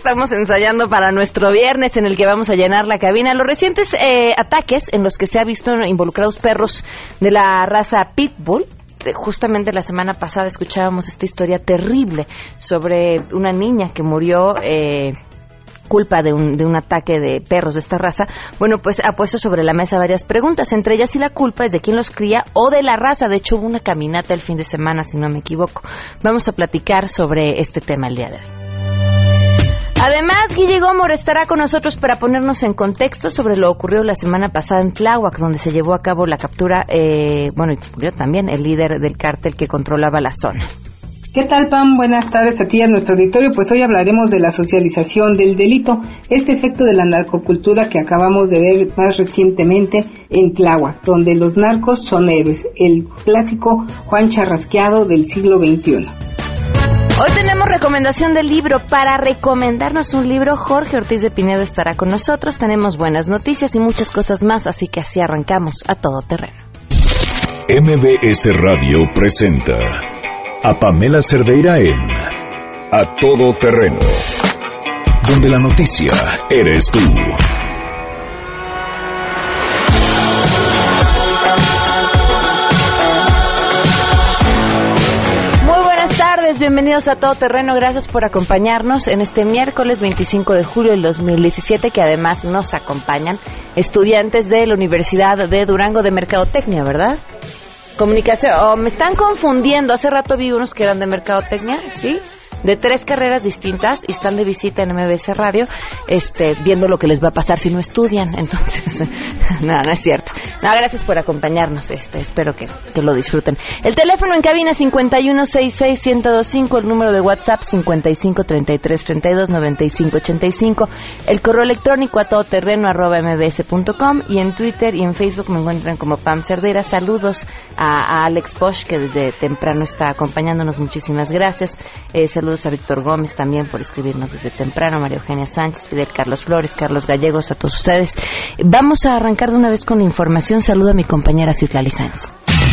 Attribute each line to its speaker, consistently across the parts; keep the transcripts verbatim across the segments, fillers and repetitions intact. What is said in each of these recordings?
Speaker 1: estamos ensayando para nuestro viernes en el que vamos a llenar la cabina. Los recientes eh, ataques en los que se ha visto involucrados perros de la raza Pitbull. Justamente la semana pasada escuchábamos esta historia terrible sobre una niña que murió eh, culpa de un, de un ataque de perros de esta raza. Bueno, pues ha puesto sobre la mesa varias preguntas, entre ellas si la culpa es de quién los cría o de la raza. De hecho, hubo una caminata el fin de semana, si no me equivoco. Vamos a platicar sobre este tema el día de hoy. Además, Guille Gómora estará con nosotros para ponernos en contexto sobre lo ocurrido la semana pasada en Tláhuac, donde se llevó a cabo la captura, eh, bueno, y murió también el líder del cártel que controlaba la zona.
Speaker 2: ¿Qué tal, Pam? Buenas tardes a ti y a nuestro auditorio. Pues hoy hablaremos de la socialización del delito, este efecto de la narcocultura que acabamos de ver más recientemente en Tláhuac, donde los narcos son héroes, el clásico Juan Charrasqueado del siglo veintiuno.
Speaker 1: Hoy tenemos recomendación del libro. Para recomendarnos un libro, Jorge Ortiz de Pinedo estará con nosotros. Tenemos buenas noticias y muchas cosas más, así que así arrancamos a todo terreno.
Speaker 3: M B S Radio presenta a Pamela Cerdeira en A Todo Terreno, donde la noticia eres tú.
Speaker 1: Bienvenidos a Todo Terreno, gracias por acompañarnos en este miércoles veinticinco de julio del dos mil diecisiete, que además nos acompañan estudiantes de la Universidad de Durango de Mercadotecnia, ¿verdad? Comunicación, oh, me están confundiendo, hace rato vi unos que eran de Mercadotecnia, ¿sí? De tres carreras distintas y están de visita en M B S Radio, este, viendo lo que les va a pasar si no estudian. Entonces, nada, no es cierto. No, gracias por acompañarnos, este, espero que, que lo disfruten. El teléfono en cabina cincuenta y uno sesenta y seis, ciento veinticinco, el número de WhatsApp cincuenta y cinco, treinta y tres, treinta y dos, noventa y cinco, ochenta y cinco, el correo electrónico a todoterreno arroba mbs punto com, y en Twitter y en Facebook me encuentran como Pam Cerdeira. Saludos a, a Alex Bosch, que desde temprano está acompañándonos, muchísimas gracias. Eh, saludos a Víctor Gómez también por escribirnos desde temprano, María Eugenia Sánchez, Fidel Carlos Flores, Carlos Gallegos, a todos ustedes. Vamos a arrancar de una vez con la información. Saludo a mi compañera Citlali Sáenz.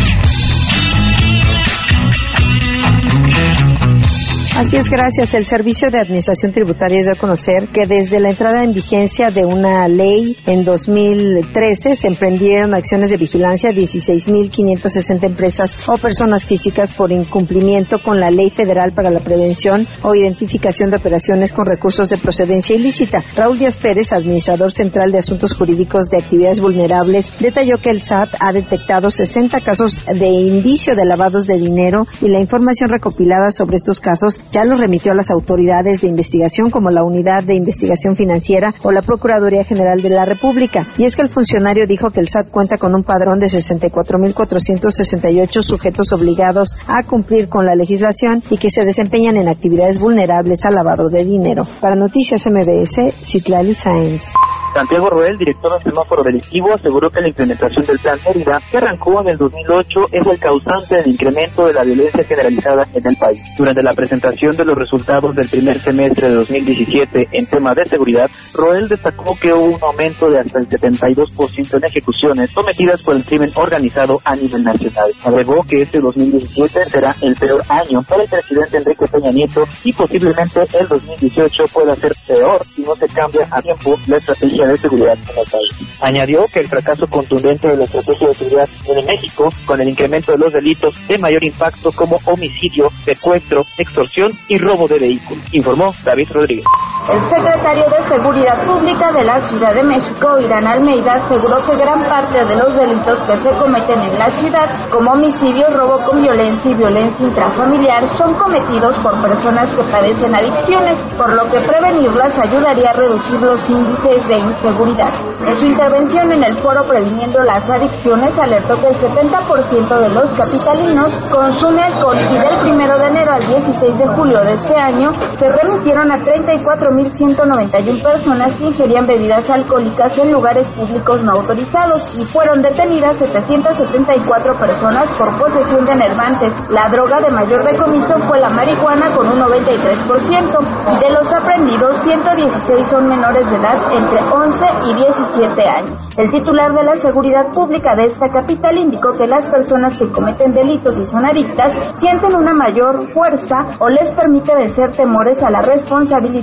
Speaker 4: Así es, gracias. El Servicio de Administración Tributaria dio a conocer que desde la entrada en vigencia de una ley en dos mil trece se emprendieron acciones de vigilancia a dieciséis mil quinientas sesenta empresas o personas físicas por incumplimiento con la Ley Federal para la Prevención o Identificación de Operaciones con Recursos de Procedencia Ilícita. Raúl Díaz Pérez, administrador central de Asuntos Jurídicos de Actividades Vulnerables, detalló que el S A T ha detectado sesenta casos de indicio de lavados de dinero y la información recopilada sobre estos casos ya los remitió a las autoridades de investigación como la Unidad de Investigación Financiera o la Procuraduría General de la República. Y es que el funcionario dijo que el S A T cuenta con un padrón de sesenta y cuatro mil cuatrocientos sesenta y ocho sujetos obligados a cumplir con la legislación y que se desempeñan en actividades vulnerables al lavado de dinero. Para Noticias M B S, Citlali Sáenz.
Speaker 5: Santiago Roel, director del semáforo delictivo, aseguró que la implementación del Plan Mérida, que arrancó en el dos mil ocho, es el causante del incremento de la violencia generalizada en el país. Durante la presentación de los resultados del primer semestre de dos mil diecisiete en tema de seguridad, Roel destacó que hubo un aumento de hasta el setenta y dos por ciento en ejecuciones cometidas por el crimen organizado a nivel nacional. Agregó que este dos mil diecisiete será el peor año para el presidente Enrique Peña Nieto y posiblemente el dos mil dieciocho pueda ser peor si no se cambia a tiempo la estrategia de seguridad en el país. Añadió que el fracaso contundente de la estrategia de seguridad en México, con el incremento de los delitos de mayor impacto como homicidio, secuestro, extorsión y robo de vehículos, informó David Rodríguez.
Speaker 6: El secretario de Seguridad Pública de la Ciudad de México, Irán Almeida, aseguró que gran parte de los delitos que se cometen en la ciudad, como homicidio, robo con violencia y violencia intrafamiliar, son cometidos por personas que padecen adicciones, por lo que prevenirlas ayudaría a reducir los índices de inseguridad. En su intervención en el foro Previniendo las Adicciones, alertó que el setenta por ciento de los capitalinos consume alcohol y del primero de enero al dieciséis de julio de este año se remitieron a treinta y cuatro mil ciento noventa y una personas que ingerían bebidas alcohólicas en lugares públicos no autorizados y fueron detenidas setecientas setenta y cuatro personas por posesión de enervantes. La droga de mayor decomiso fue la marihuana con un noventa y tres por ciento y de los aprendidos ciento dieciséis son menores de edad entre once y diecisiete años. El titular de la Seguridad Pública de esta capital indicó que las personas que cometen delitos y son adictas sienten una mayor fuerza o les permite vencer temores a la responsabilidad de la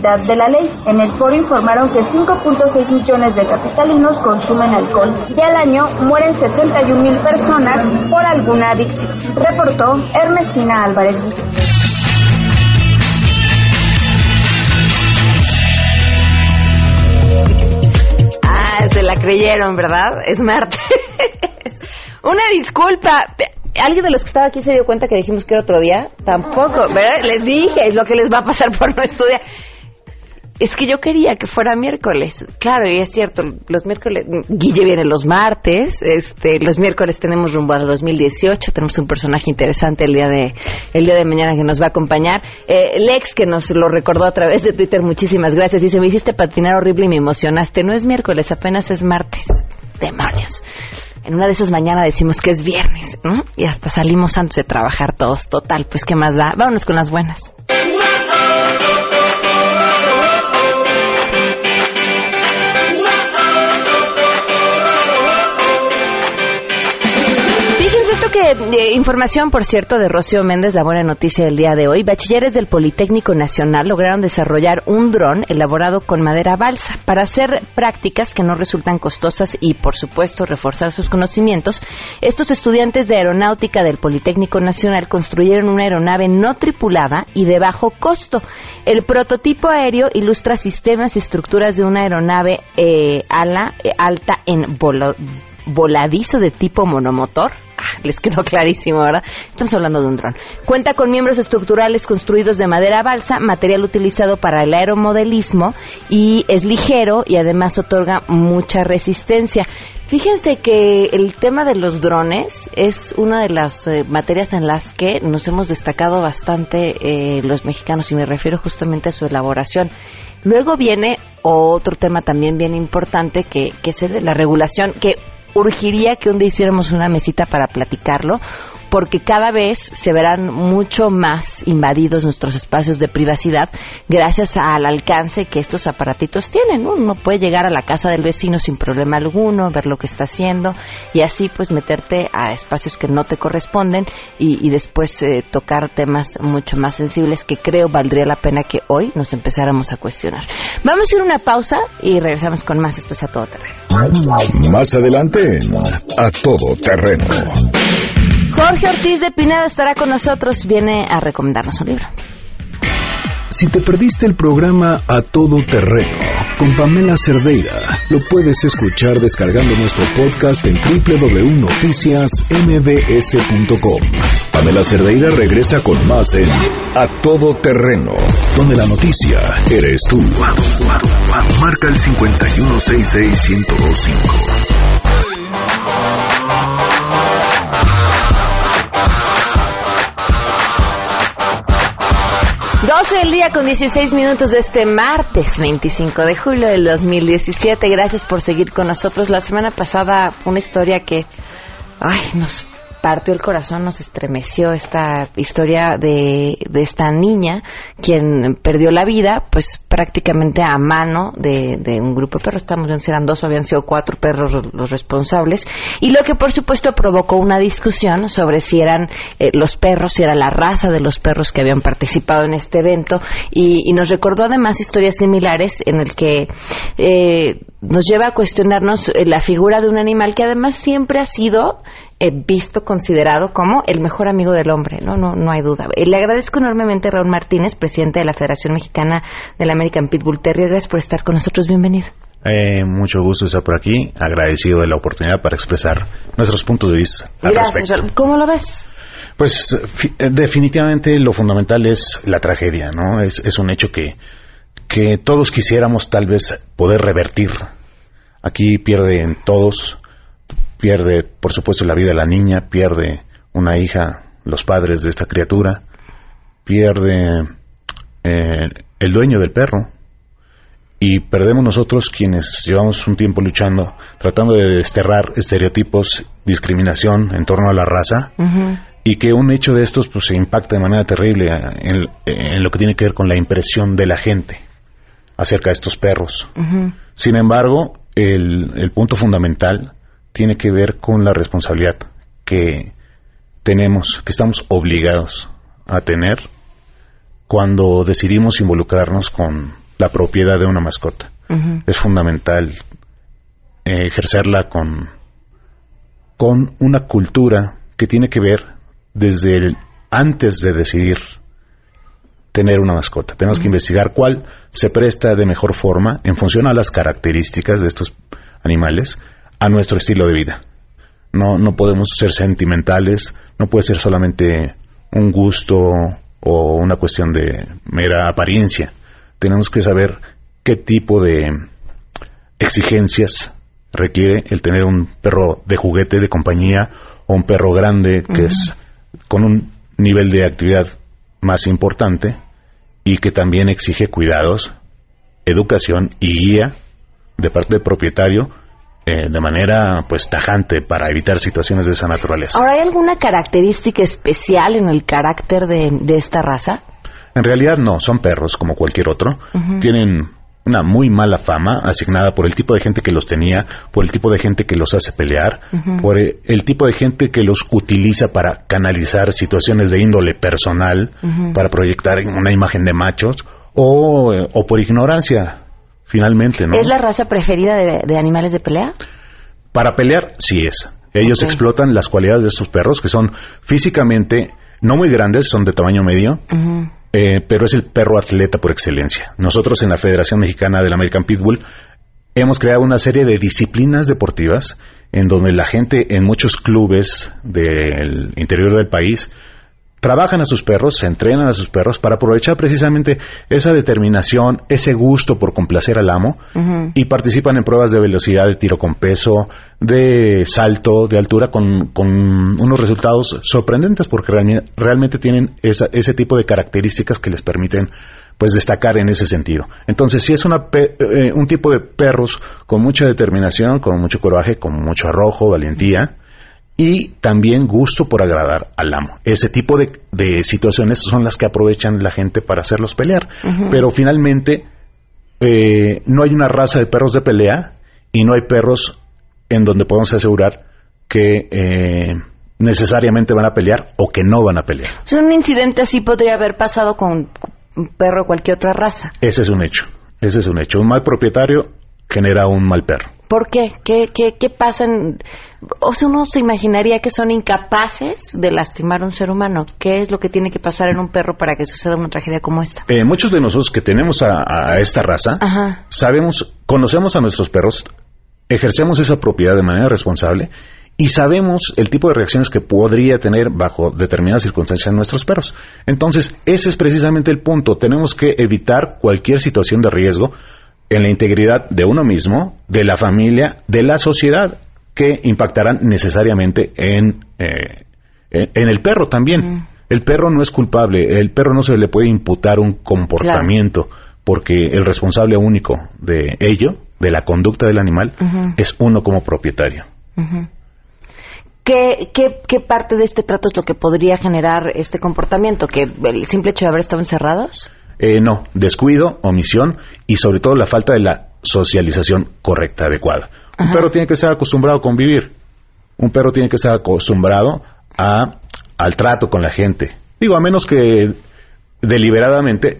Speaker 6: la ley. En el foro informaron que cinco punto seis millones de capitalinos consumen alcohol y al año mueren setenta y un mil personas por alguna adicción. Reportó Ernestina Álvarez.
Speaker 1: Ah, se la creyeron, ¿verdad? Es martes. Una disculpa. ¿Alguien de los que estaba aquí se dio cuenta que dijimos que era otro día? Tampoco, ¿verdad? Les dije, es lo que les va a pasar por no estudiar. Es que yo quería que fuera miércoles. Claro, y es cierto, los miércoles, Guille viene los martes, este, los miércoles tenemos rumbo al dos mil dieciocho, tenemos un personaje interesante el día de el día de mañana que nos va a acompañar. Eh, Lex, que nos lo recordó a través de Twitter, muchísimas gracias. Dice, me hiciste patinar horrible y me emocionaste. No es miércoles, apenas es martes. Demonios. En una de esas mañanas decimos que es viernes, ¿no? Y hasta salimos antes de trabajar todos. Total, pues ¿qué más da? Vámonos con las buenas. Que, eh, información, por cierto, de Rocío Méndez, la buena noticia del día de hoy. Bachilleres del Politécnico Nacional lograron desarrollar un dron elaborado con madera balsa para hacer prácticas que no resultan costosas y, por supuesto, reforzar sus conocimientos. Estos estudiantes de aeronáutica del Politécnico Nacional construyeron una aeronave no tripulada y de bajo costo. El prototipo aéreo ilustra sistemas y estructuras de una aeronave eh, ala eh, alta en volo, voladizo de tipo monomotor. Les quedó clarísimo, ¿verdad? Estamos hablando de un dron. Cuenta con miembros estructurales construidos de madera balsa, material utilizado para el aeromodelismo, y es ligero y además otorga mucha resistencia. Fíjense que el tema de los drones es una de las eh, materias en las que nos hemos destacado bastante eh, los mexicanos, y me refiero justamente a su elaboración. Luego viene otro tema también bien importante, que, que es el de la regulación, que urgiría que un día hiciéramos una mesita para platicarlo, porque cada vez se verán mucho más invadidos nuestros espacios de privacidad gracias al alcance que estos aparatitos tienen, ¿no? Uno puede llegar a la casa del vecino sin problema alguno, ver lo que está haciendo y así pues meterte a espacios que no te corresponden y, y después eh, tocar temas mucho más sensibles que creo valdría la pena que hoy nos empezáramos a cuestionar. Vamos a ir a una pausa y regresamos con más. Esto es A Todo Terreno.
Speaker 3: Más adelante, A Todo Terreno.
Speaker 1: Jorge Ortiz de Pinedo estará con nosotros, viene a recomendarnos un libro.
Speaker 3: Si te perdiste el programa A Todo Terreno con Pamela Cerdeira, lo puedes escuchar descargando nuestro podcast en doble u doble u doble u punto noticias eme be ese punto com. Pamela Cerdeira regresa con más en A Todo Terreno, donde la noticia eres tú. Marca el cincuenta y uno sesenta y seis, ciento veinticinco.
Speaker 1: doce del día con dieciséis minutos de este martes veinticinco de julio del dos mil diecisiete. Gracias por seguir con nosotros. La semana pasada una historia que ay, nos partió el corazón, nos estremeció, esta historia de, de esta niña quien perdió la vida pues prácticamente a mano de, de un grupo de perros. Estamos viendo si eran dos o habían sido cuatro perros los responsables, y lo que por supuesto provocó una discusión sobre si eran eh, los perros, si era la raza de los perros que habían participado en este evento, y, y nos recordó además historias similares en el que eh, nos lleva a cuestionarnos eh, la figura de un animal que además siempre ha sido eh, visto, considerado como el mejor amigo del hombre, no, no, no hay duda. Eh, le agradezco enormemente a Raúl Martínez, presidente de la Federación Mexicana del American Pitbull Terrier. Gracias por estar con nosotros, bienvenido.
Speaker 7: Eh, mucho gusto estar por aquí, agradecido de la oportunidad para expresar nuestros puntos de vista al
Speaker 1: Gracias,
Speaker 7: respecto.
Speaker 1: Raúl. ¿Cómo lo ves?
Speaker 7: Pues fi- definitivamente lo fundamental es la tragedia, ¿no? Es, es un hecho que, que todos quisiéramos tal vez poder revertir. Aquí pierden todos, pierde por supuesto la vida de la niña, pierde una hija, los padres de esta criatura, pierde eh, el dueño del perro, y perdemos nosotros quienes llevamos un tiempo luchando, tratando de desterrar estereotipos, discriminación en torno a la raza, uh-huh. y que un hecho de estos pues se impacta de manera terrible en, en lo que tiene que ver con la impresión de la gente acerca de estos perros. Uh-huh. Sin embargo, el, el punto fundamental tiene que ver con la responsabilidad que tenemos, que estamos obligados a tener cuando decidimos involucrarnos con la propiedad de una mascota. Uh-huh. Es fundamental eh, ejercerla con, con una cultura que tiene que ver desde el, antes de decidir tener una mascota. Tenemos uh-huh. que investigar cuál se presta de mejor forma en función a las características de estos animales a nuestro estilo de vida. No, no podemos ser sentimentales, no puede ser solamente un gusto o una cuestión de mera apariencia. Tenemos que saber qué tipo de exigencias requiere el tener un perro de juguete, de compañía, o un perro grande que uh-huh. es con un nivel de actividad más importante y que también exige cuidados, educación y guía de parte del propietario eh, de manera pues tajante para evitar situaciones de esa naturaleza.
Speaker 1: Ahora, ¿hay alguna característica especial en el carácter de, de esta raza?
Speaker 7: En realidad no, son perros como cualquier otro. Uh-huh. Tienen una muy mala fama asignada por el tipo de gente que los tenía, por el tipo de gente que los hace pelear, uh-huh. por el, el tipo de gente que los utiliza para canalizar situaciones de índole personal, uh-huh. para proyectar una imagen de machos, o, o por ignorancia. Finalmente, ¿no?
Speaker 1: ¿Es la raza preferida de, de animales de pelea?
Speaker 7: Para pelear, sí es. Ellos okay. explotan las cualidades de estos perros, que son físicamente no muy grandes, son de tamaño medio, uh-huh. eh, pero es el perro atleta por excelencia. Nosotros en la Federación Mexicana del American Pitbull hemos creado una serie de disciplinas deportivas en donde la gente en muchos clubes del interior del país trabajan a sus perros, se entrenan a sus perros para aprovechar precisamente esa determinación, ese gusto por complacer al amo, uh-huh. y participan en pruebas de velocidad, de tiro con peso, de salto, de altura, con, con unos resultados sorprendentes porque real, realmente tienen esa, ese tipo de características que les permiten pues destacar en ese sentido. Entonces, si es una pe- eh, un tipo de perros con mucha determinación, con mucho coraje, con mucho arrojo, valentía, y también gusto por agradar al amo. Ese tipo de, de situaciones son las que aprovechan la gente para hacerlos pelear. Uh-huh. Pero finalmente eh, no hay una raza de perros de pelea y no hay perros en donde podemos asegurar que eh, necesariamente van a pelear o que no van a pelear.
Speaker 1: O sea, un incidente así podría haber pasado con un perro de cualquier otra raza.
Speaker 7: Ese es un hecho. Ese es un hecho. Un mal propietario genera un mal perro.
Speaker 1: ¿Por qué? ¿Qué, qué, qué pasa? En... O sea, uno se imaginaría que son incapaces de lastimar a un ser humano. ¿Qué es lo que tiene que pasar en un perro para que suceda una tragedia como esta?
Speaker 7: Eh, muchos de nosotros que tenemos a, a esta raza, Ajá. sabemos, conocemos a nuestros perros, ejercemos esa propiedad de manera responsable y sabemos el tipo de reacciones que podría tener bajo determinadas circunstancias nuestros perros. Entonces, ese es precisamente el punto. Tenemos que evitar cualquier situación de riesgo en la integridad de uno mismo, de la familia, de la sociedad, que impactarán necesariamente en, eh, en el perro también. Mm. El perro no es culpable, el perro no se le puede imputar un comportamiento, claro. porque el responsable único de ello, de la conducta del animal, uh-huh. es uno como propietario.
Speaker 1: Uh-huh. ¿Qué, qué, ¿Qué parte de este trato es lo que podría generar este comportamiento? ¿Que el simple hecho de haber estado encerrados?
Speaker 7: Eh, no, descuido, omisión y sobre todo la falta de la socialización correcta, adecuada. Ajá. Un perro tiene que estar acostumbrado a convivir. Un perro tiene que estar acostumbrado a, al trato con la gente. Digo, a menos que deliberadamente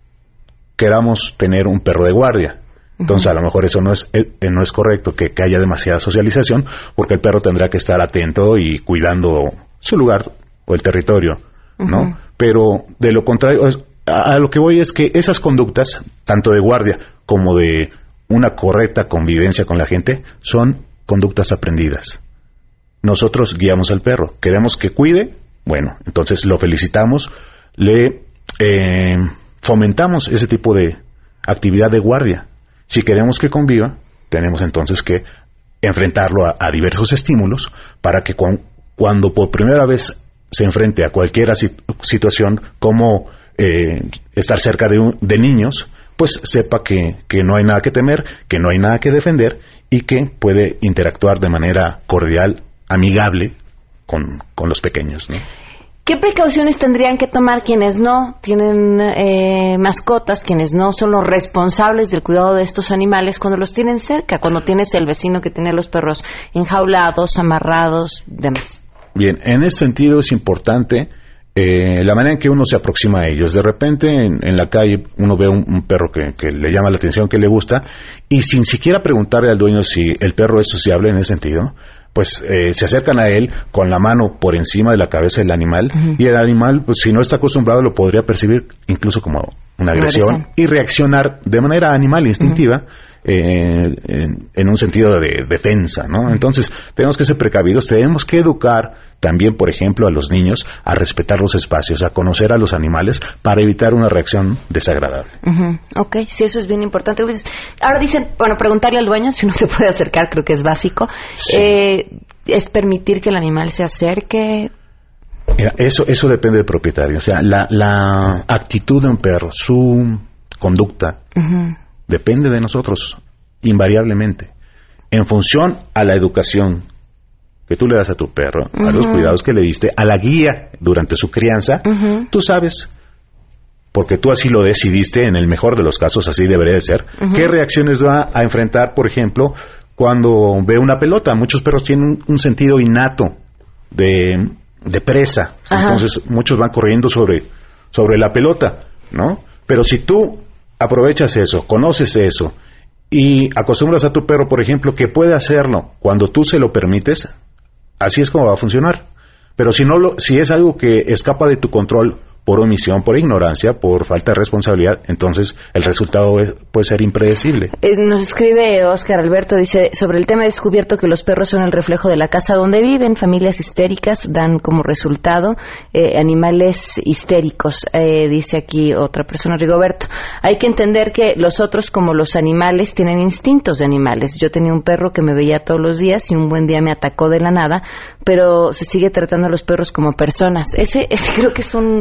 Speaker 7: queramos tener un perro de guardia. Entonces, uh-huh. a lo mejor eso no es eh, no es correcto, que, que haya demasiada socialización, porque el perro tendrá que estar atento y cuidando su lugar o el territorio, ¿no? Uh-huh. Pero de lo contrario, es, a, a lo que voy es que esas conductas, tanto de guardia como de una correcta convivencia con la gente, son conductas aprendidas. Nosotros guiamos al perro, queremos que cuide, bueno, entonces lo felicitamos, le eh, fomentamos ese tipo de actividad de guardia. Si queremos que conviva, tenemos entonces que enfrentarlo a, a diversos estímulos para que cu- cuando por primera vez se enfrente a cualquier sit- situación como eh, estar cerca de, un, de niños, pues sepa que, que no hay nada que temer, que no hay nada que defender y que puede interactuar de manera cordial, amigable con, con los pequeños, ¿no?
Speaker 1: ¿Qué precauciones tendrían que tomar quienes no tienen eh, mascotas, quienes no son los responsables del cuidado de estos animales cuando los tienen cerca, cuando tienes el vecino que tiene los perros enjaulados, amarrados, demás?
Speaker 7: Bien, en ese sentido es importante eh, la manera en que uno se aproxima a ellos. De repente en, en la calle uno ve un, un perro que, que le llama la atención, que le gusta, y sin siquiera preguntarle al dueño si el perro es sociable en ese sentido, pues eh, se acercan a él con la mano por encima de la cabeza del animal, uh-huh. y el animal, pues si no está acostumbrado, lo podría percibir incluso como una agresión, agresión. y reaccionar de manera animal, instintiva, uh-huh. eh, en, en un sentido de defensa, ¿no? Uh-huh. Entonces, tenemos que ser precavidos, tenemos que educar también, por ejemplo, a los niños a respetar los espacios, a conocer a los animales para evitar una reacción desagradable.
Speaker 1: Uh-huh. Ok, sí, eso es bien importante. Ahora dicen, bueno, preguntarle al dueño si uno se puede acercar, creo que es básico. Sí. Eh, es permitir que el animal se acerque.
Speaker 7: Mira, eso, eso depende del propietario. O sea, la, la actitud de un perro, su conducta, uh-huh. depende de nosotros, invariablemente. En función a la educación que tú le das a tu perro, uh-huh. a los cuidados que le diste, a la guía durante su crianza, uh-huh. tú sabes, porque tú así lo decidiste, en el mejor de los casos así debería de ser, uh-huh. qué reacciones va a enfrentar, por ejemplo, cuando ve una pelota. Muchos perros tienen un, un sentido innato de, de presa, Ajá. entonces muchos van corriendo sobre, sobre la pelota, ¿no? Pero si tú aprovechas eso, conoces eso, y acostumbras a tu perro, por ejemplo, que puede hacerlo cuando tú se lo permites, así es como va a funcionar. Pero si no lo, si es algo que escapa de tu control por omisión, por ignorancia, por falta de responsabilidad, entonces el resultado es, puede ser impredecible.
Speaker 1: Eh, nos escribe Óscar Alberto, dice, sobre el tema he descubierto que los perros son el reflejo de la casa donde viven, familias histéricas dan como resultado eh, animales histéricos, eh, dice aquí otra persona, Rigoberto. Hay que entender que los otros, como los animales, tienen instintos de animales. Yo tenía un perro que me veía todos los días y un buen día me atacó de la nada, pero se sigue tratando a los perros como personas. Ese, ese creo que es un...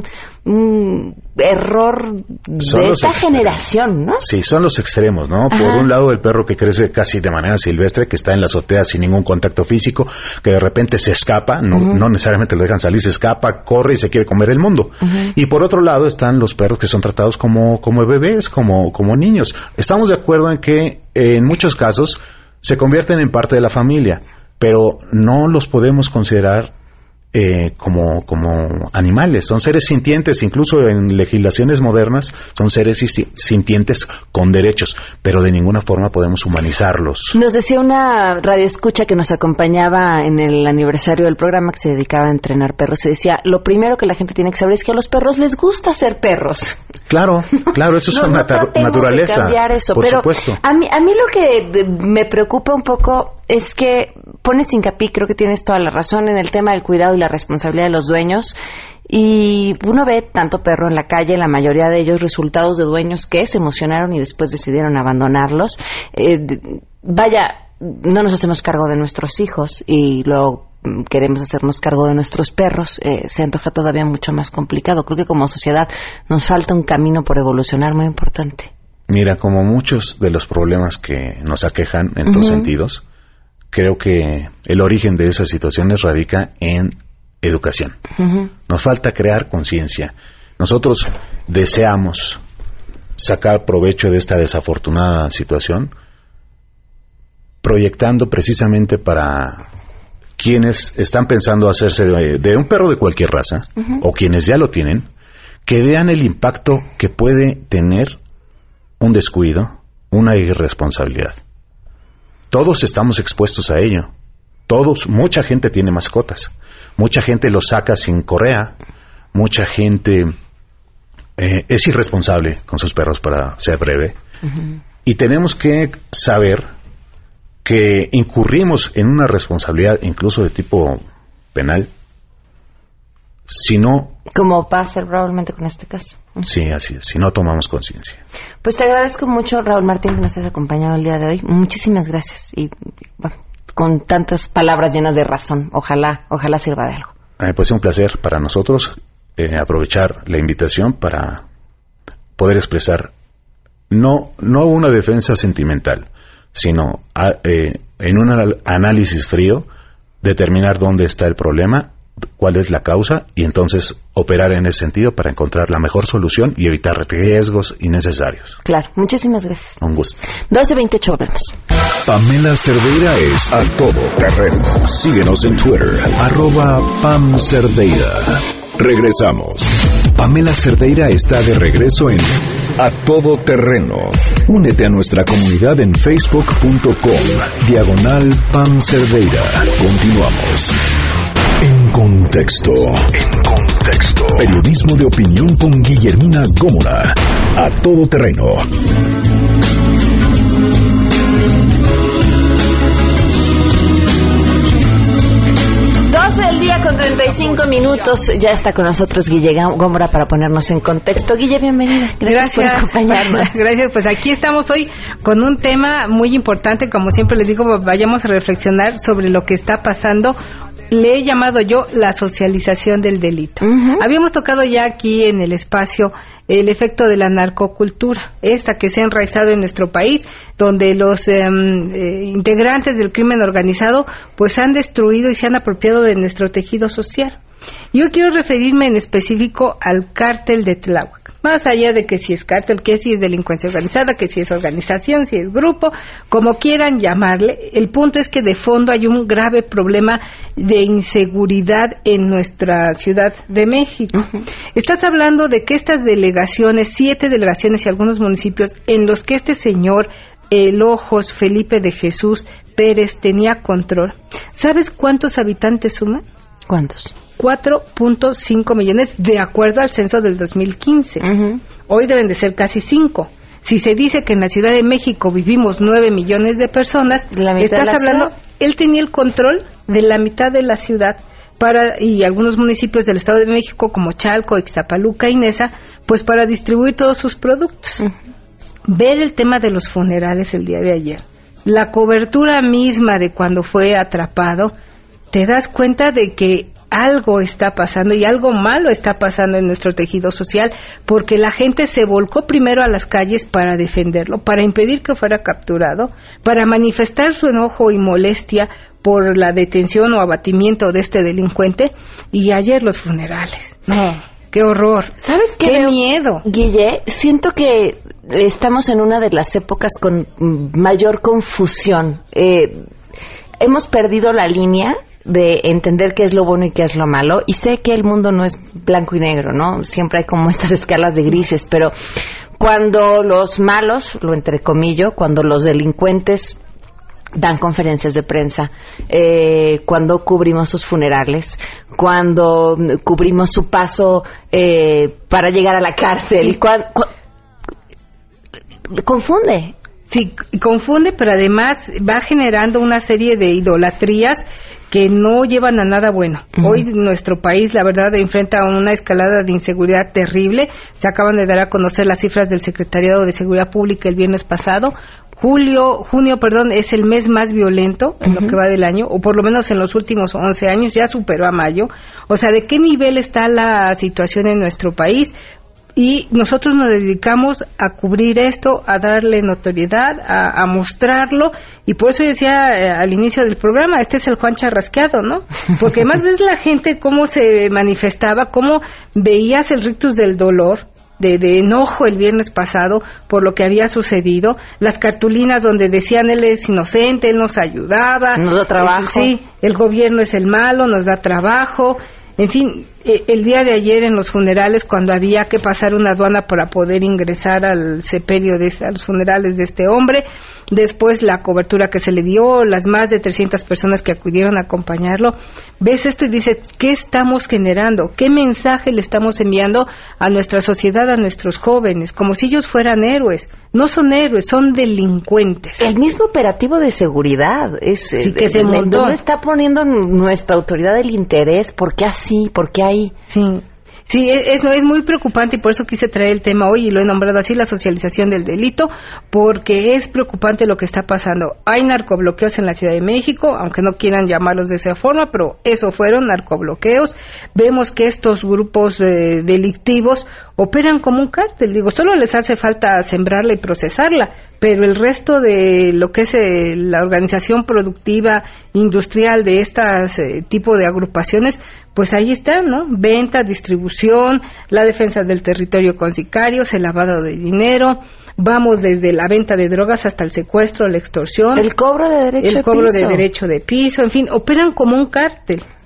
Speaker 1: un error
Speaker 7: son
Speaker 1: de esta generación, ¿no?
Speaker 7: Sí, son los extremos, ¿no? Ajá. Por un lado, el perro que crece casi de manera silvestre, que está en la azotea sin ningún contacto físico, que de repente se escapa, no, uh-huh. no necesariamente lo dejan salir, se escapa, corre y se quiere comer el mundo. Uh-huh. Y por otro lado están los perros que son tratados como, como bebés, como, como niños. Estamos de acuerdo en que eh, en muchos casos se convierten en parte de la familia, pero no los podemos considerar Eh, como, como animales, son seres sintientes, incluso en legislaciones modernas son seres sintientes con derechos, pero de ninguna forma podemos humanizarlos.
Speaker 1: Nos decía una radioescucha que nos acompañaba en el aniversario del programa, que se dedicaba a entrenar perros, y decía, lo primero que la gente tiene que saber es que a los perros les gusta ser perros.
Speaker 7: Claro, claro, eso es no, una no naturaleza,
Speaker 1: de cambiar eso,
Speaker 7: por
Speaker 1: pero
Speaker 7: supuesto.
Speaker 1: A mí, a mí lo que me preocupa un poco es que pones hincapié, creo que tienes toda la razón, en el tema del cuidado y la responsabilidad de los dueños, y uno ve tanto perro en la calle, la mayoría de ellos resultados de dueños que se emocionaron y después decidieron abandonarlos. Eh, vaya, no nos hacemos cargo de nuestros hijos y luego queremos hacernos cargo de nuestros perros, eh, se antoja todavía mucho más complicado. Creo que como sociedad nos falta un camino por evolucionar muy importante.
Speaker 7: Mira, como muchos de los problemas que nos aquejan en uh-huh. todos sentidos, creo que el origen de esas situaciones radica en educación. Uh-huh. Nos falta crear conciencia. Nosotros deseamos sacar provecho de esta desafortunada situación, proyectando precisamente para quienes están pensando hacerse de, de un perro de cualquier raza, uh-huh. o quienes ya lo tienen, que vean el impacto que puede tener un descuido, una irresponsabilidad. Todos estamos expuestos a ello. Todos, mucha gente tiene mascotas. Mucha gente los saca sin correa. Mucha gente eh, es irresponsable con sus perros, para ser breve. Uh-huh. Y tenemos que saber que incurrimos en una responsabilidad incluso de tipo penal, si no...
Speaker 1: Como va a ser probablemente con este caso.
Speaker 7: Sí, así es, si no tomamos conciencia.
Speaker 1: Pues te agradezco mucho, Raúl Martín, que nos has acompañado el día de hoy. Muchísimas gracias. Y bueno, con tantas palabras llenas de razón, ojalá, ojalá sirva de algo.
Speaker 7: Eh, pues es un placer para nosotros eh, aprovechar la invitación para poder expresar no, no una defensa sentimental, sino a, eh, en un análisis frío, determinar dónde está el problema, cuál es la causa, y entonces operar en ese sentido para encontrar la mejor solución y evitar riesgos innecesarios.
Speaker 1: Claro, muchísimas gracias.
Speaker 7: Un gusto.
Speaker 1: doce veintiocho, volvemos.
Speaker 3: Pamela Cerdeira es a todo terreno. Síguenos en Twitter, arroba Pam Cerdeira. Regresamos. Pamela Cerdeira está de regreso en A Todo Terreno. Únete a nuestra comunidad en facebook punto com diagonal Pam Cerdeira. Continuamos. En contexto. En contexto. Periodismo de opinión con Guillermina Gómora. A Todo Terreno.
Speaker 1: doce del día con treinta y cinco minutos. Ya está con nosotros Guille Gómora para ponernos en contexto. Guille, bienvenida. Gracias, Gracias por acompañarnos.
Speaker 2: Gracias. Pues aquí estamos hoy con un tema muy importante. Como siempre les digo, vayamos a reflexionar sobre lo que está pasando. Le he llamado yo la socialización del delito. Uh-huh. Habíamos tocado ya aquí en el espacio el efecto de la narcocultura, esta que se ha enraizado en nuestro país, donde los eh, eh, integrantes del crimen organizado pues han destruido y se han apropiado de nuestro tejido social. Yo quiero referirme en específico al cártel de Tláhuac. Más allá de que si es cártel, que si es delincuencia organizada, que si es organización, si es grupo, como quieran llamarle, el punto es que de fondo hay un grave problema de inseguridad en nuestra Ciudad de México. Uh-huh. Estás hablando de que estas delegaciones, siete delegaciones y algunos municipios en los que este señor, el Ojos Felipe de Jesús Pérez, tenía control. ¿Sabes cuántos habitantes suman?
Speaker 1: ¿Cuántos?
Speaker 2: cuatro punto cinco millones de acuerdo al censo del dos mil quince. Uh-huh. Hoy deben de ser casi cinco. Si se dice que en la Ciudad de México vivimos nueve millones de personas,
Speaker 1: ¿la mitad
Speaker 2: estás
Speaker 1: de la
Speaker 2: hablando,
Speaker 1: ciudad?
Speaker 2: Él tenía el control de la mitad de la ciudad para y algunos municipios del Estado de México como Chalco, Ixtapaluca y Neza, pues para distribuir todos sus productos. Uh-huh. Ver el tema de los funerales el día de ayer, la cobertura misma de cuando fue atrapado, te das cuenta de que algo está pasando y algo malo está pasando en nuestro tejido social, porque la gente se volcó primero a las calles para defenderlo, para impedir que fuera capturado, para manifestar su enojo y molestia por la detención o abatimiento de este delincuente, y ayer los funerales. No, qué horror.
Speaker 1: ¿Sabes qué?
Speaker 2: Qué miedo.
Speaker 1: Guille, siento que estamos en una de las épocas con mayor confusión. Eh, hemos perdido la línea de entender qué es lo bueno y qué es lo malo, y sé que el mundo no es blanco y negro, ¿no? Siempre hay como estas escalas de grises, pero cuando los malos, lo entrecomillo, cuando los delincuentes dan conferencias de prensa, eh, cuando cubrimos sus funerales, cuando cubrimos su paso eh, para llegar a la cárcel, sí. cuan, cu- confunde.
Speaker 2: Sí, confunde, pero además va generando una serie de idolatrías que no llevan a nada bueno. Uh-huh. Hoy nuestro país, la verdad, enfrenta una escalada de inseguridad terrible. Se acaban de dar a conocer las cifras del Secretariado de Seguridad Pública el viernes pasado. Julio, junio, perdón, es el mes más violento en uh-huh. lo que va del año, o por lo menos en los últimos once años, ya superó a mayo. O sea, ¿de qué nivel está la situación en nuestro país? Y nosotros nos dedicamos a cubrir esto, a darle notoriedad, a, a mostrarlo, y por eso decía eh, al inicio del programa, este es el Juan Charrasqueado, ¿no? Porque más ves la gente cómo se manifestaba, cómo veías el rictus del dolor, de, de enojo el viernes pasado por lo que había sucedido, las cartulinas donde decían él es inocente, él nos ayudaba,
Speaker 1: nos da trabajo,
Speaker 2: es, sí, el gobierno es el malo, nos da trabajo. En fin, eh, el día de ayer en los funerales, cuando había que pasar una aduana para poder ingresar al sepelio, de, a los funerales de este hombre, después la cobertura que se le dio, las más de trescientas personas que acudieron a acompañarlo, ves esto y dices, ¿qué estamos generando? ¿Qué mensaje le estamos enviando a nuestra sociedad, a nuestros jóvenes? Como si ellos fueran héroes. No son héroes, son delincuentes.
Speaker 1: El mismo operativo de seguridad es
Speaker 2: sí, que se montó.
Speaker 1: ¿Dónde está poniendo nuestra autoridad el interés? ¿Por qué así? ¿Por qué ahí?
Speaker 2: Sí. Sí, eso es muy preocupante y por eso quise traer el tema hoy y lo he nombrado así, la socialización del delito, porque es preocupante lo que está pasando. Hay narcobloqueos en la Ciudad de México, aunque no quieran llamarlos de esa forma, pero eso fueron narcobloqueos. Vemos que estos grupos eh, delictivos operan como un cártel. Digo, solo les hace falta sembrarla y procesarla, pero el resto de lo que es eh, la organización productiva industrial de estas eh, tipo de agrupaciones, pues ahí están, ¿no? Venta, distribución, la defensa del territorio con sicarios, el lavado de dinero, vamos desde la venta de drogas hasta el secuestro, la extorsión,
Speaker 1: el cobro de derecho
Speaker 2: el
Speaker 1: de
Speaker 2: cobro
Speaker 1: piso.
Speaker 2: de derecho de piso, en fin, operan como un cártel.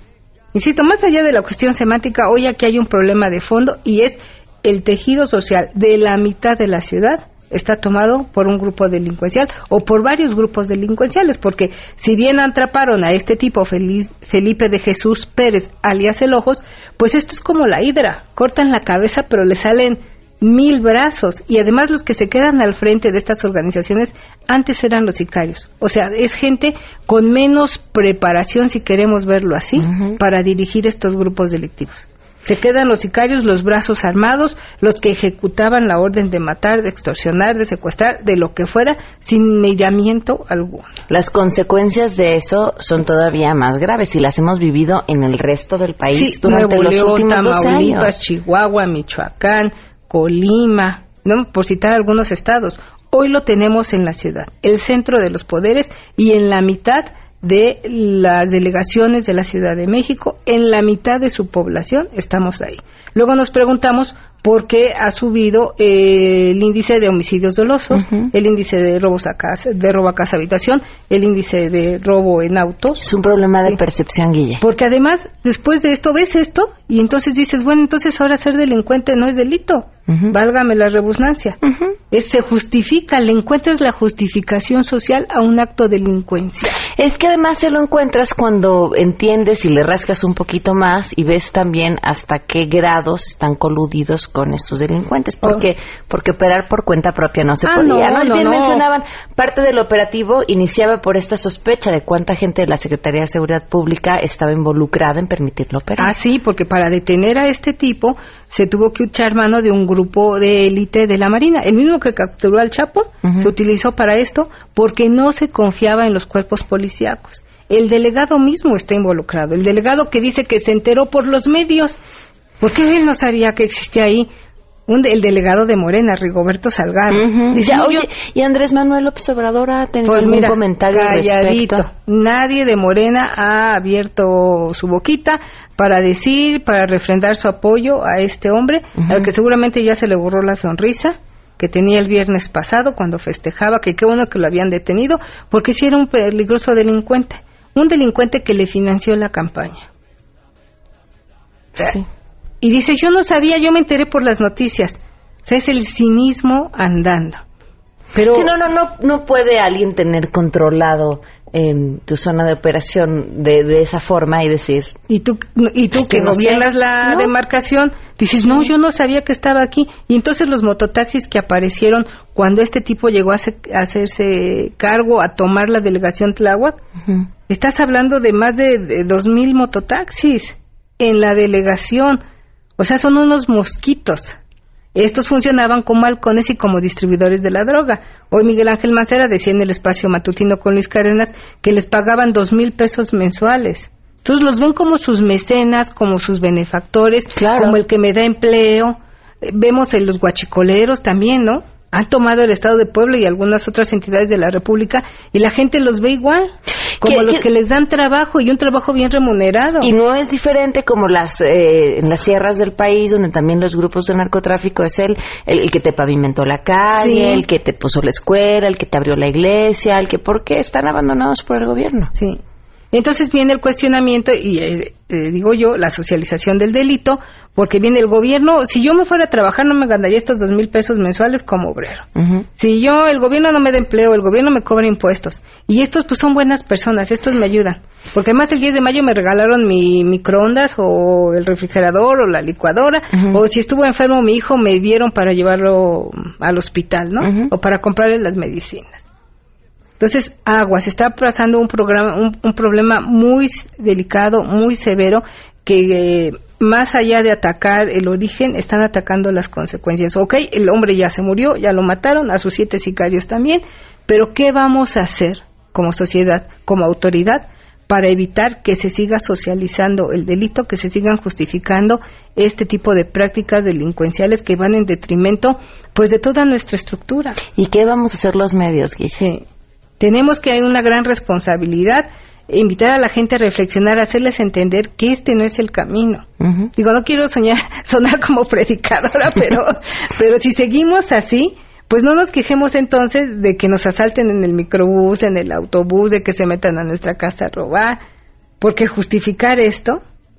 Speaker 2: Insisto, más allá de la cuestión semántica, hoy aquí hay un problema de fondo y es el tejido social de la mitad de la ciudad está tomado por un grupo delincuencial o por varios grupos delincuenciales, porque si bien atraparon a este tipo Felipe de Jesús Pérez, alias El Ojos, pues esto es como la hidra, cortan la cabeza pero le salen mil brazos, y además los que se quedan al frente de estas organizaciones antes eran los sicarios, o sea, es gente con menos preparación, si queremos verlo así, uh-huh. para dirigir estos grupos delictivos. Se quedan los sicarios, los brazos armados, los que ejecutaban la orden de matar, de extorsionar, de secuestrar, de lo que fuera, sin miramiento alguno.
Speaker 1: Las consecuencias de eso son todavía más graves y las hemos vivido en el resto del país sí, durante
Speaker 2: Nuevo
Speaker 1: los
Speaker 2: León,
Speaker 1: últimos
Speaker 2: Tamaulipas,
Speaker 1: dos años.
Speaker 2: Chihuahua, Michoacán, Colima, ¿no? Por citar algunos estados. Hoy lo tenemos en la ciudad, el centro de los poderes y en la mitad de las delegaciones de la Ciudad de México, en la mitad de su población estamos ahí. Luego nos preguntamos por qué ha subido eh, el índice de homicidios dolosos, uh-huh. el índice de robos a casa, de robo a casa habitación, el índice de robo en autos.
Speaker 1: Es un problema de sí. percepción, Guille.
Speaker 2: Porque además, después de esto, ves esto y entonces dices, bueno, entonces ahora ser delincuente no es delito. Uh-huh. Válgame la rebusnancia. Uh-huh. Es, se justifica, le encuentras la justificación social a un acto delincuencial.
Speaker 1: Es que además se lo encuentras cuando entiendes y le rascas un poquito más y ves también hasta qué grados están coludidos con estos delincuentes, porque oh. porque operar por cuenta propia no se
Speaker 2: ah,
Speaker 1: podía.
Speaker 2: No,
Speaker 1: ¿no?
Speaker 2: no,
Speaker 1: Bien
Speaker 2: no.
Speaker 1: mencionaban, parte del operativo iniciaba por esta sospecha de cuánta gente de la Secretaría de Seguridad Pública estaba involucrada en permitirlo operar.
Speaker 2: Ah, sí, porque para detener a este tipo se tuvo que echar mano de un grupo de élite de la Marina. El mismo que capturó al Chapo uh-huh. se utilizó para esto porque no se confiaba en los cuerpos policíacos. El delegado mismo está involucrado. El delegado que dice que se enteró por los medios. ¿Por qué él no sabía que existía ahí un de, el delegado de Morena, Rigoberto Salgado?
Speaker 1: Uh-huh.
Speaker 2: Dice,
Speaker 1: ya, oye, ¿y Andrés Manuel López Obrador ha tenido
Speaker 2: pues
Speaker 1: algún
Speaker 2: mira,
Speaker 1: comentario
Speaker 2: calladito.
Speaker 1: al respecto?
Speaker 2: Nadie de Morena ha abierto su boquita para decir, para refrendar su apoyo a este hombre, uh-huh. al que seguramente ya se le borró la sonrisa que tenía el viernes pasado cuando festejaba, que qué bueno que lo habían detenido, porque sí era un peligroso delincuente, un delincuente que le financió la campaña.
Speaker 1: Sí.
Speaker 2: Y dice, yo no sabía, yo me enteré por las noticias. O sea, es el cinismo andando. Pero
Speaker 1: sí, no, no, no, no puede alguien tener controlado eh, tu zona de operación de, de esa forma y decir...
Speaker 2: Y tú, y tú que, que no gobiernas sé. la ¿no? demarcación, dices, no, yo no sabía que estaba aquí. Y entonces los mototaxis que aparecieron cuando este tipo llegó a, se, a hacerse cargo, a tomar la delegación Tláhuac, uh-huh. estás hablando de más de, de dos mil mototaxis en la delegación. O sea, son unos mosquitos. Estos funcionaban como halcones y como distribuidores de la droga. Hoy Miguel Ángel Mancera decía en el espacio matutino con Luis Cárdenas que les pagaban dos mil pesos mensuales. Entonces los ven como sus mecenas, como sus benefactores, claro. como el que me da empleo. Vemos en los guachicoleros también, ¿no? Han tomado el Estado de Puebla y algunas otras entidades de la República y la gente los ve igual, como ¿Qué, los qué? que les dan trabajo y un trabajo bien remunerado.
Speaker 1: Y no es diferente como las eh, en las sierras del país, donde también los grupos de narcotráfico es el, el, el que te pavimentó la calle, sí. el que te puso la escuela, el que te abrió la iglesia, el que ¿por qué están abandonados por el gobierno?
Speaker 2: Sí. Entonces viene el cuestionamiento y eh, eh, digo yo, la socialización del delito, porque viene el gobierno, si yo me fuera a trabajar no me ganaría estos dos mil pesos mensuales como obrero. Uh-huh. Si yo, el gobierno no me da empleo, el gobierno me cobra impuestos. Y estos pues son buenas personas, estos me ayudan. Porque además el diez de mayo me regalaron mi microondas o el refrigerador o la licuadora, uh-huh. o si estuvo enfermo mi hijo me dieron para llevarlo al hospital, ¿no? Uh-huh. O para comprarle las medicinas. Entonces, aguas, está pasando un programa, un, un problema muy delicado, muy severo, que eh, más allá de atacar el origen, están atacando las consecuencias. Ok, el hombre ya se murió, ya lo mataron, a sus siete sicarios también, pero ¿qué vamos a hacer como sociedad, como autoridad, para evitar que se siga socializando el delito, que se sigan justificando este tipo de prácticas delincuenciales que van en detrimento, pues, de toda nuestra estructura?
Speaker 1: ¿Y qué vamos a hacer los medios, Guille?
Speaker 2: Sí. Tenemos que hay una gran responsabilidad, invitar a la gente a reflexionar, hacerles entender que este no es el camino. Uh-huh. Digo, no quiero soñar, sonar como predicadora, pero, pero si seguimos así, pues no nos quejemos entonces de que nos asalten en el microbús, en el autobús, de que se metan a nuestra casa a robar, porque justificar esto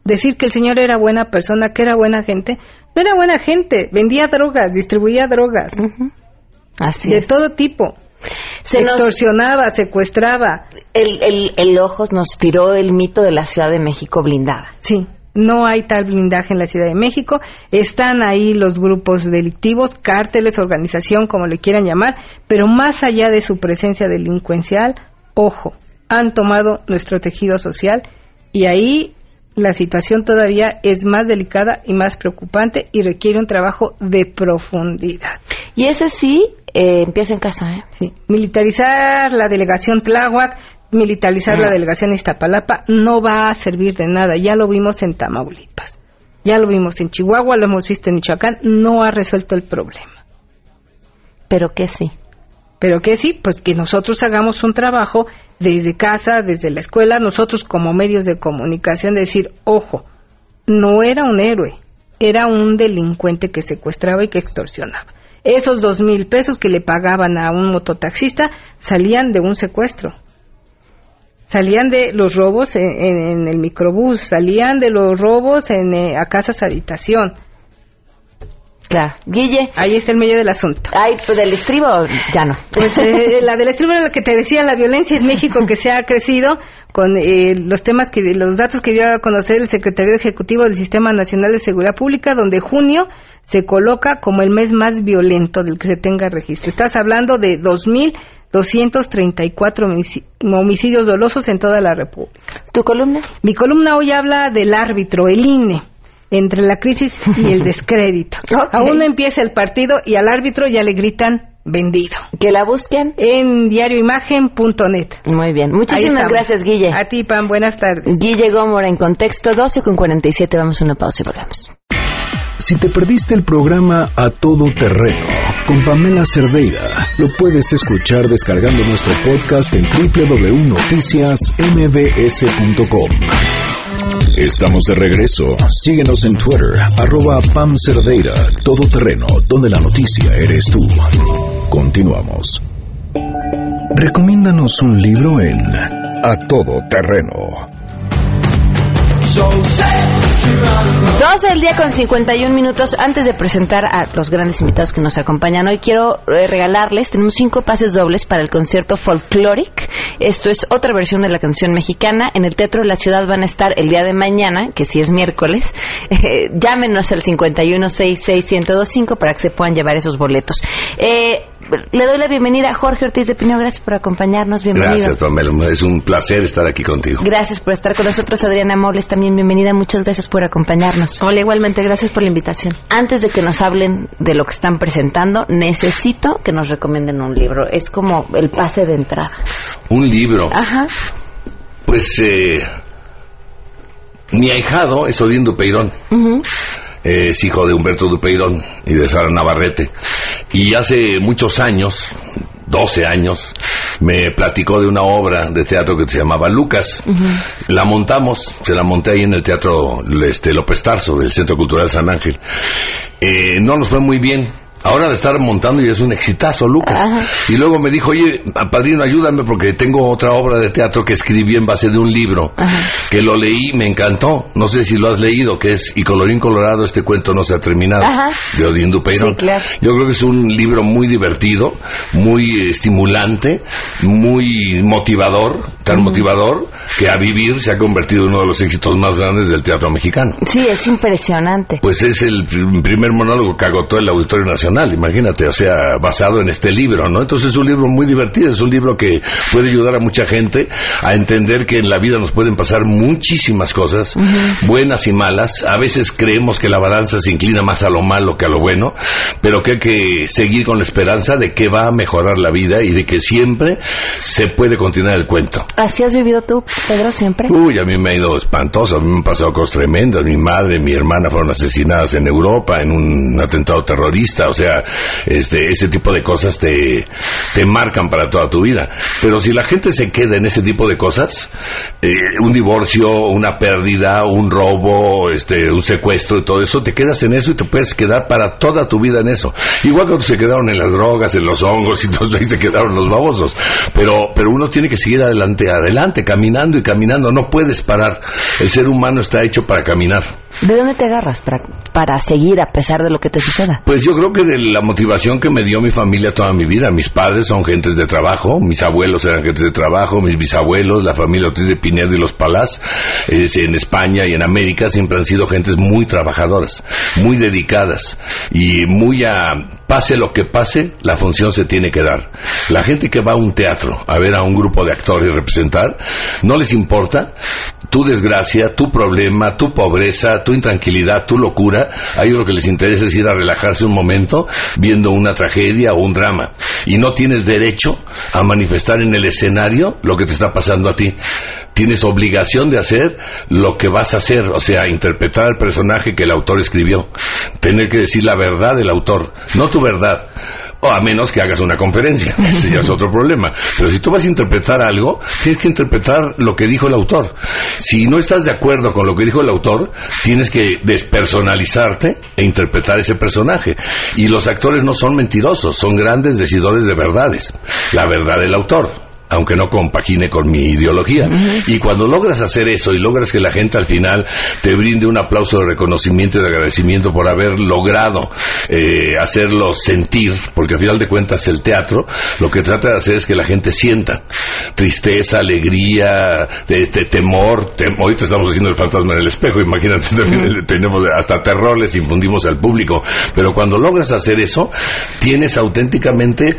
Speaker 2: decir que el señor era buena persona, que era buena gente. No era buena gente, vendía drogas, distribuía drogas. Uh-huh.
Speaker 1: Así
Speaker 2: de
Speaker 1: es.
Speaker 2: todo tipo. Se extorsionaba, nos... secuestraba.
Speaker 1: El, el, el Ojos nos tiró el mito de la Ciudad de México blindada.
Speaker 2: Sí, no hay tal blindaje en la Ciudad de México. Están ahí los grupos delictivos, cárteles, organización, como le quieran llamar, pero más allá de su presencia delincuencial, ojo, han tomado nuestro tejido social y ahí la situación todavía es más delicada y más preocupante y requiere un trabajo de profundidad.
Speaker 1: Y ese sí eh, empieza en casa, ¿eh?
Speaker 2: Sí. Militarizar la delegación Tláhuac, militarizar ah. la delegación Iztapalapa no va a servir de nada. Ya lo vimos en Tamaulipas, ya lo vimos en Chihuahua, lo hemos visto en Michoacán, no ha resuelto el problema.
Speaker 1: ¿Pero qué sí?
Speaker 2: Pero que sí, pues que nosotros hagamos un trabajo desde casa, desde la escuela, nosotros como medios de comunicación, de decir, ojo, no era un héroe, era un delincuente que secuestraba y que extorsionaba. Esos dos mil pesos que le pagaban a un mototaxista salían de un secuestro. Salían de los robos en, en, en el microbús, salían de los robos en, eh, a casas habitación.
Speaker 1: Claro. Guille.
Speaker 2: Ahí está el medio del asunto.
Speaker 1: Ay, pues del estribo ya no.
Speaker 2: Pues eh, la del estribo era la que te decía, la violencia en México que se ha crecido con eh, los temas que, los datos que dio a conocer el Secretario Ejecutivo del Sistema Nacional de Seguridad Pública, donde junio se coloca como el mes más violento del que se tenga registro. Estás hablando de dos mil doscientos treinta y cuatro homicidios dolosos en toda la República.
Speaker 1: ¿Tu columna?
Speaker 2: Mi columna hoy habla del árbitro, el I N E. Entre la crisis y el descrédito. Okay. Aún no empieza el partido y al árbitro ya le gritan vendido.
Speaker 1: ¿Que la busquen?
Speaker 2: En diario imagen punto net.
Speaker 1: Muy bien. Muchísimas gracias, Guille.
Speaker 2: A ti, Pam. Buenas tardes.
Speaker 1: Guille Gómora en Contexto, doce con cuarenta y siete. Vamos a una pausa y volvemos.
Speaker 3: Si te perdiste el programa A Todo Terreno con Pamela Cerdeira, lo puedes escuchar descargando nuestro podcast en doble u doble u doble u punto noticias m b s punto com. Estamos de regreso. Síguenos en Twitter, arroba Pam Cerdeira, Todo Terreno, donde la noticia eres tú. Continuamos. Recomiéndanos un libro en A Todo Terreno.
Speaker 1: doce del día con cincuenta y un minutos. Antes de presentar a los grandes invitados que nos acompañan hoy, quiero eh, regalarles, tenemos cinco pases dobles para el concierto Folkloric. Esto es otra versión de la canción mexicana. En el Teatro de la Ciudad van a estar el día de mañana, que sí es miércoles. Eh, llámenos al cincuenta y uno sesenta y seis, ciento veinticinco para que se puedan llevar esos boletos. Eh, le doy la bienvenida a Jorge Ortiz de Pino. Gracias por acompañarnos. Bienvenido.
Speaker 8: Gracias, Pamela. Es un placer estar aquí contigo.
Speaker 1: Gracias por estar con nosotros. Adriana Moles, también bienvenida. Muchas gracias por acompañarnos.
Speaker 9: Hola, igualmente. Gracias por la invitación.
Speaker 1: Antes de que nos hablen de lo que están presentando, necesito que nos recomienden un libro. Es como el pase de entrada.
Speaker 8: ¿Un libro?
Speaker 1: Ajá.
Speaker 8: Pues, eh, mi ahijado es Odín Dupeirón. Uh-huh. Es hijo de Humberto Dupeirón y de Sara Navarrete. Y hace muchos años, doce años, me platicó de una obra de teatro que se llamaba Lucas. Uh-huh. La montamos, se la monté ahí en el Teatro este, López Tarso, del Centro Cultural San Ángel. Eh, no nos fue muy bien. Ahora de estar montando y es un exitazo, Lucas. Ajá. Y luego me dijo, oye, padrino, ayúdame porque tengo otra obra de teatro que escribí en base de un libro. Ajá. Que lo leí, me encantó. No sé si lo has leído, que es Y colorín colorado, este cuento no se ha terminado. Ajá. De Odín Dupeirón.
Speaker 1: Sí, claro.
Speaker 8: Yo creo que es un libro muy divertido, muy estimulante, muy motivador, tan uh-huh. motivador que a vivir se ha convertido en uno de los éxitos más grandes del teatro mexicano.
Speaker 1: Sí, es impresionante.
Speaker 8: Pues es el primer monólogo que agotó el Auditorio Nacional. Imagínate, o sea, basado en este libro, ¿no? Entonces es un libro muy divertido, es un libro que puede ayudar a mucha gente a entender que en la vida nos pueden pasar muchísimas cosas, uh-huh. buenas y malas. A veces creemos que la balanza se inclina más a lo malo que a lo bueno, pero que hay que seguir con la esperanza de que va a mejorar la vida y de que siempre se puede continuar el cuento.
Speaker 1: ¿Así has vivido tú, Pedro, siempre?
Speaker 8: Uy, a mí me ha ido espantoso, a mí me han pasado cosas tremendas. Mi madre, mi hermana fueron asesinadas en Europa en un atentado terrorista, o sea, sea, este, ese tipo de cosas te, te marcan para toda tu vida. Pero si la gente se queda en ese tipo de cosas, eh, un divorcio, una pérdida, un robo, este, un secuestro y todo eso, te quedas en eso y te puedes quedar para toda tu vida en eso. Igual que otros se quedaron en las drogas, en los hongos, y todos ahí se quedaron los babosos. Pero, pero uno tiene que seguir adelante, adelante, caminando y caminando. No puedes parar. El ser humano está hecho para caminar.
Speaker 1: ¿De dónde te agarras para, para seguir a pesar de lo que te suceda?
Speaker 8: Pues yo creo que de la motivación que me dio mi familia toda mi vida. Mis padres son gentes de trabajo, mis abuelos eran gentes de trabajo, mis bisabuelos, la familia Ortiz de Pinedo y los Palás, es, en España y en América siempre han sido gentes muy trabajadoras, muy dedicadas y muy a... Pase lo que pase, la función se tiene que dar. La gente que va a un teatro a ver a un grupo de actores representar, no les importa tu desgracia, tu problema, tu pobreza, tu intranquilidad, tu locura. A ellos lo que les interesa es ir a relajarse un momento viendo una tragedia o un drama. Y no tienes derecho a manifestar en el escenario lo que te está pasando a ti. Tienes obligación de hacer lo que vas a hacer, o sea, interpretar al personaje que el autor escribió. Tener que decir la verdad del autor, no tu verdad. O a menos que hagas una conferencia, ese ya es otro problema. Pero si tú vas a interpretar algo, tienes que interpretar lo que dijo el autor. Si no estás de acuerdo con lo que dijo el autor, tienes que despersonalizarte e interpretar ese personaje. Y los actores no son mentirosos, son grandes decidores de verdades. La verdad del autor, aunque no compagine con mi ideología. Uh-huh. Y cuando logras hacer eso y logras que la gente al final te brinde un aplauso de reconocimiento y de agradecimiento por haber logrado eh, hacerlo sentir, porque al final de cuentas el teatro lo que trata de hacer es que la gente sienta tristeza, alegría, de, de temor. Tem- ahorita estamos haciendo el fantasma en el espejo, imagínate, uh-huh. tenemos hasta terror, les infundimos al público. Pero cuando logras hacer eso, tienes auténticamente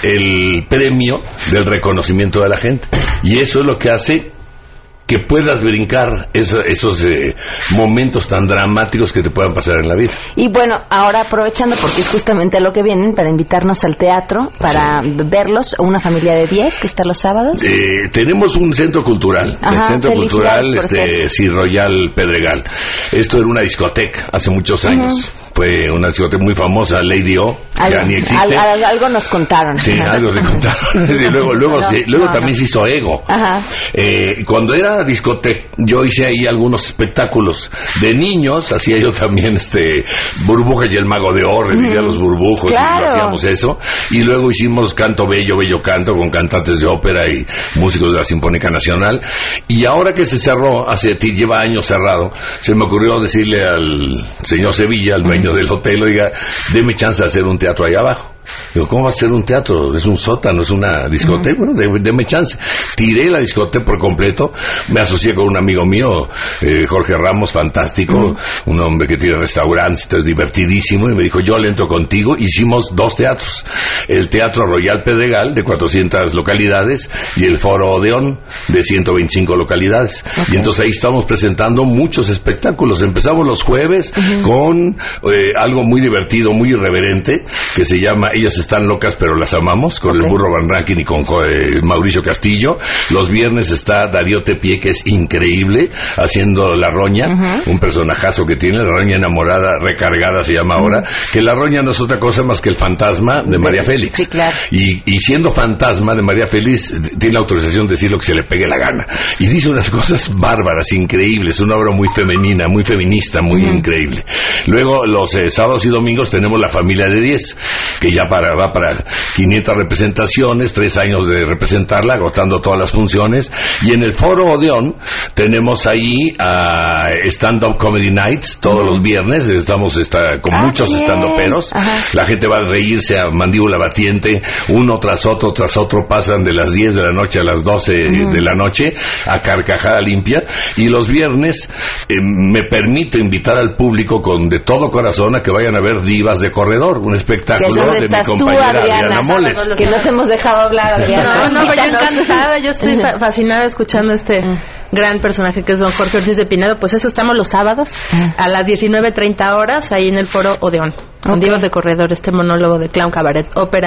Speaker 8: el premio del reconocimiento de la gente, y eso es lo que hace que puedas brincar eso, esos eh, momentos tan dramáticos que te puedan pasar en la vida.
Speaker 1: Y bueno, ahora aprovechando, porque es justamente a lo que vienen, para invitarnos al teatro, para sí. verlos, una familia de diez que está los sábados.
Speaker 8: Eh, tenemos un centro cultural,
Speaker 1: Ajá,
Speaker 8: el centro cultural este, sí, Royal Pedregal. Esto era una discoteca hace muchos años. Uh-huh. Fue una discoteca muy famosa, Lady O, ya ni existe.
Speaker 1: Al, al, algo nos contaron.
Speaker 8: Sí, algo nos contaron. y luego luego, no, sí, luego no, también no. se hizo Ego.
Speaker 1: Ajá.
Speaker 8: Eh, cuando era discoteca, yo hice ahí algunos espectáculos de niños, hacía yo también este Burbujas y el Mago de Oz, revivía mm. los burbujos,
Speaker 1: claro.
Speaker 8: y hacíamos eso. Y luego hicimos Canto Bello, Bello Canto, con cantantes de ópera y músicos de la Sinfónica Nacional. Y ahora que se cerró, hace lleva años cerrado, se me ocurrió decirle al señor Sevilla, al dueño del hotel, oiga, deme chance de hacer un teatro ahí abajo. Digo, ¿cómo va a ser un teatro? Es un sótano, es una discoteca. Uh-huh. Bueno, deme chance. Tiré la discoteca por completo. Me asocié con un amigo mío, eh, Jorge Ramos, fantástico, uh-huh. un hombre que tiene restaurantes, es divertidísimo, y me dijo, yo le entro contigo. Hicimos dos teatros. El Teatro Royal Pedregal, de cuatrocientas localidades, y el Foro Odeón, de ciento veinticinco localidades. Okay. Y entonces ahí estamos presentando muchos espectáculos. Empezamos los jueves uh-huh. con eh, algo muy divertido, muy irreverente, que se llama Ellas están locas pero las amamos, con okay. el Burro Van Rankin y con eh, Mauricio Castillo. Los viernes está Darío Tepié, que es increíble, haciendo La Roña, uh-huh. un personajazo que tiene, La Roña enamorada, recargada se llama ahora, uh-huh. que La Roña no es otra cosa más que el fantasma de María Félix.
Speaker 1: Sí, claro.
Speaker 8: Y, y siendo fantasma de María Félix, tiene la autorización de decir lo que se le pegue la gana. Y dice unas cosas bárbaras, increíbles, una obra muy femenina, muy feminista, muy uh-huh. increíble. Luego, los eh, sábados y domingos tenemos La Familia de diez, que ya para, va para quinientas representaciones, tres años de representarla, agotando todas las funciones. Y en el Foro Odeón tenemos ahí uh, Stand-Up Comedy Nights, todos uh-huh. los viernes, estamos está, con ah, muchos stand-uperos. La gente va a reírse a mandíbula batiente, uno tras otro, tras otro, pasan de las diez de la noche a las doce uh-huh. de la noche, a carcajada limpia. Y los viernes eh, me permito invitar al público con de todo corazón a que vayan a ver Divas de Corredor, un espectáculo de mi compañera tú, Adriana, Adriana Moles.
Speaker 1: Que no te hemos dejado hablar, Adriana.
Speaker 9: No, no, yo encantada, yo estoy fa- fascinada escuchando este mm. gran personaje que es don Jorge Ortiz de Pinedo. Pues eso, estamos los sábados mm. a las diecinueve treinta horas ahí en el Foro Odeón, con okay. Divas de Corredor, este monólogo de clown, cabaret, ópera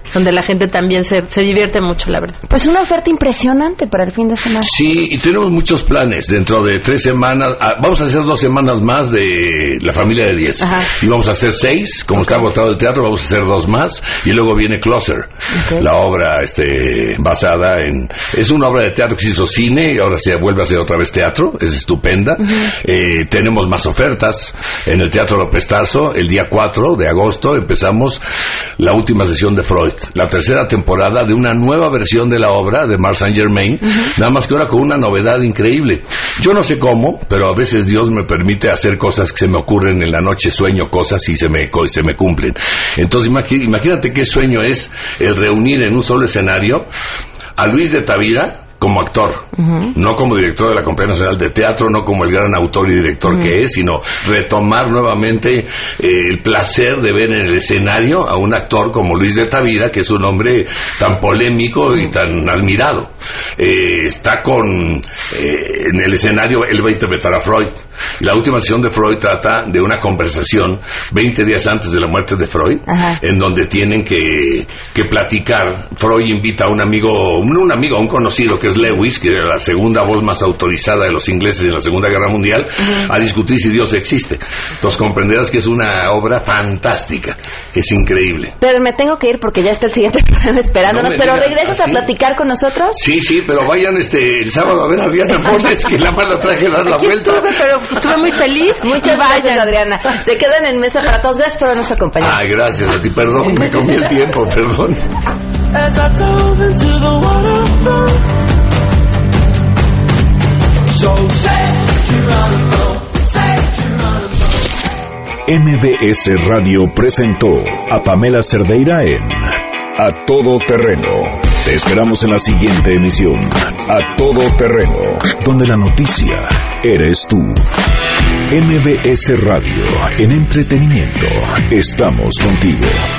Speaker 9: donde la gente también se, se divierte mucho, la verdad.
Speaker 1: Pues una oferta impresionante para el fin de semana.
Speaker 8: Sí, y tenemos muchos planes. Dentro de tres semanas, ah, vamos a hacer dos semanas más de La Familia de Diez. Ajá. Y vamos a hacer seis, como okay. está agotado el teatro, vamos a hacer dos más, y luego viene Closer, okay. la obra este, basada en... Es una obra de teatro que se hizo cine, y ahora se vuelve a hacer otra vez teatro, es estupenda. Uh-huh. eh, tenemos más ofertas en el Teatro López Tarso. El día cuatro de agosto empezamos la última sesión de Freud, la tercera temporada de una nueva versión de la obra de Marc Saint-Germain, uh-huh. nada más que ahora con una novedad increíble. Yo no sé cómo, pero a veces Dios me permite hacer cosas que se me ocurren en la noche, sueño cosas y se me, se me cumplen. Entonces imagínate qué sueño es el reunir en un solo escenario a Luis de Tavira como actor, uh-huh. no como director de la Compañía Nacional de Teatro, no como el gran autor y director uh-huh. que es, sino retomar nuevamente eh, el placer de ver en el escenario a un actor como Luis de Tavira, que es un hombre tan polémico y tan admirado. Eh, está con eh, en el escenario, él va a interpretar a Freud. Y la última sesión de Freud trata de una conversación veinte días antes de la muerte de Freud, uh-huh. en donde tienen que, que platicar. Freud invita a un amigo, un, un amigo, a un conocido que es Lewis, que era la segunda voz más autorizada de los ingleses en la Segunda Guerra Mundial, uh-huh. a discutir si Dios existe. Entonces comprenderás que es una obra fantástica, es increíble.
Speaker 1: Pero me tengo que ir porque ya está el siguiente programa esperándonos, no pero digan, ¿regresas ¿así? a platicar con nosotros?
Speaker 8: Sí, sí, pero vayan este el sábado a ver a Diana Poles, que la mala traje a dar la
Speaker 9: Aquí
Speaker 8: vuelta.
Speaker 9: Estuve, pero estuve muy feliz.
Speaker 1: Muchas gracias, Adriana. Se quedan en mesa para todos. Gracias por habernos acompañado.
Speaker 8: Ay, gracias a ti, perdón, me comí el tiempo, perdón.
Speaker 3: M B S Radio presentó a Pamela Cerdeira en A Todo Terreno. Te esperamos en la siguiente emisión, A Todo Terreno, donde la noticia eres tú. M B S Radio, en entretenimiento, estamos contigo.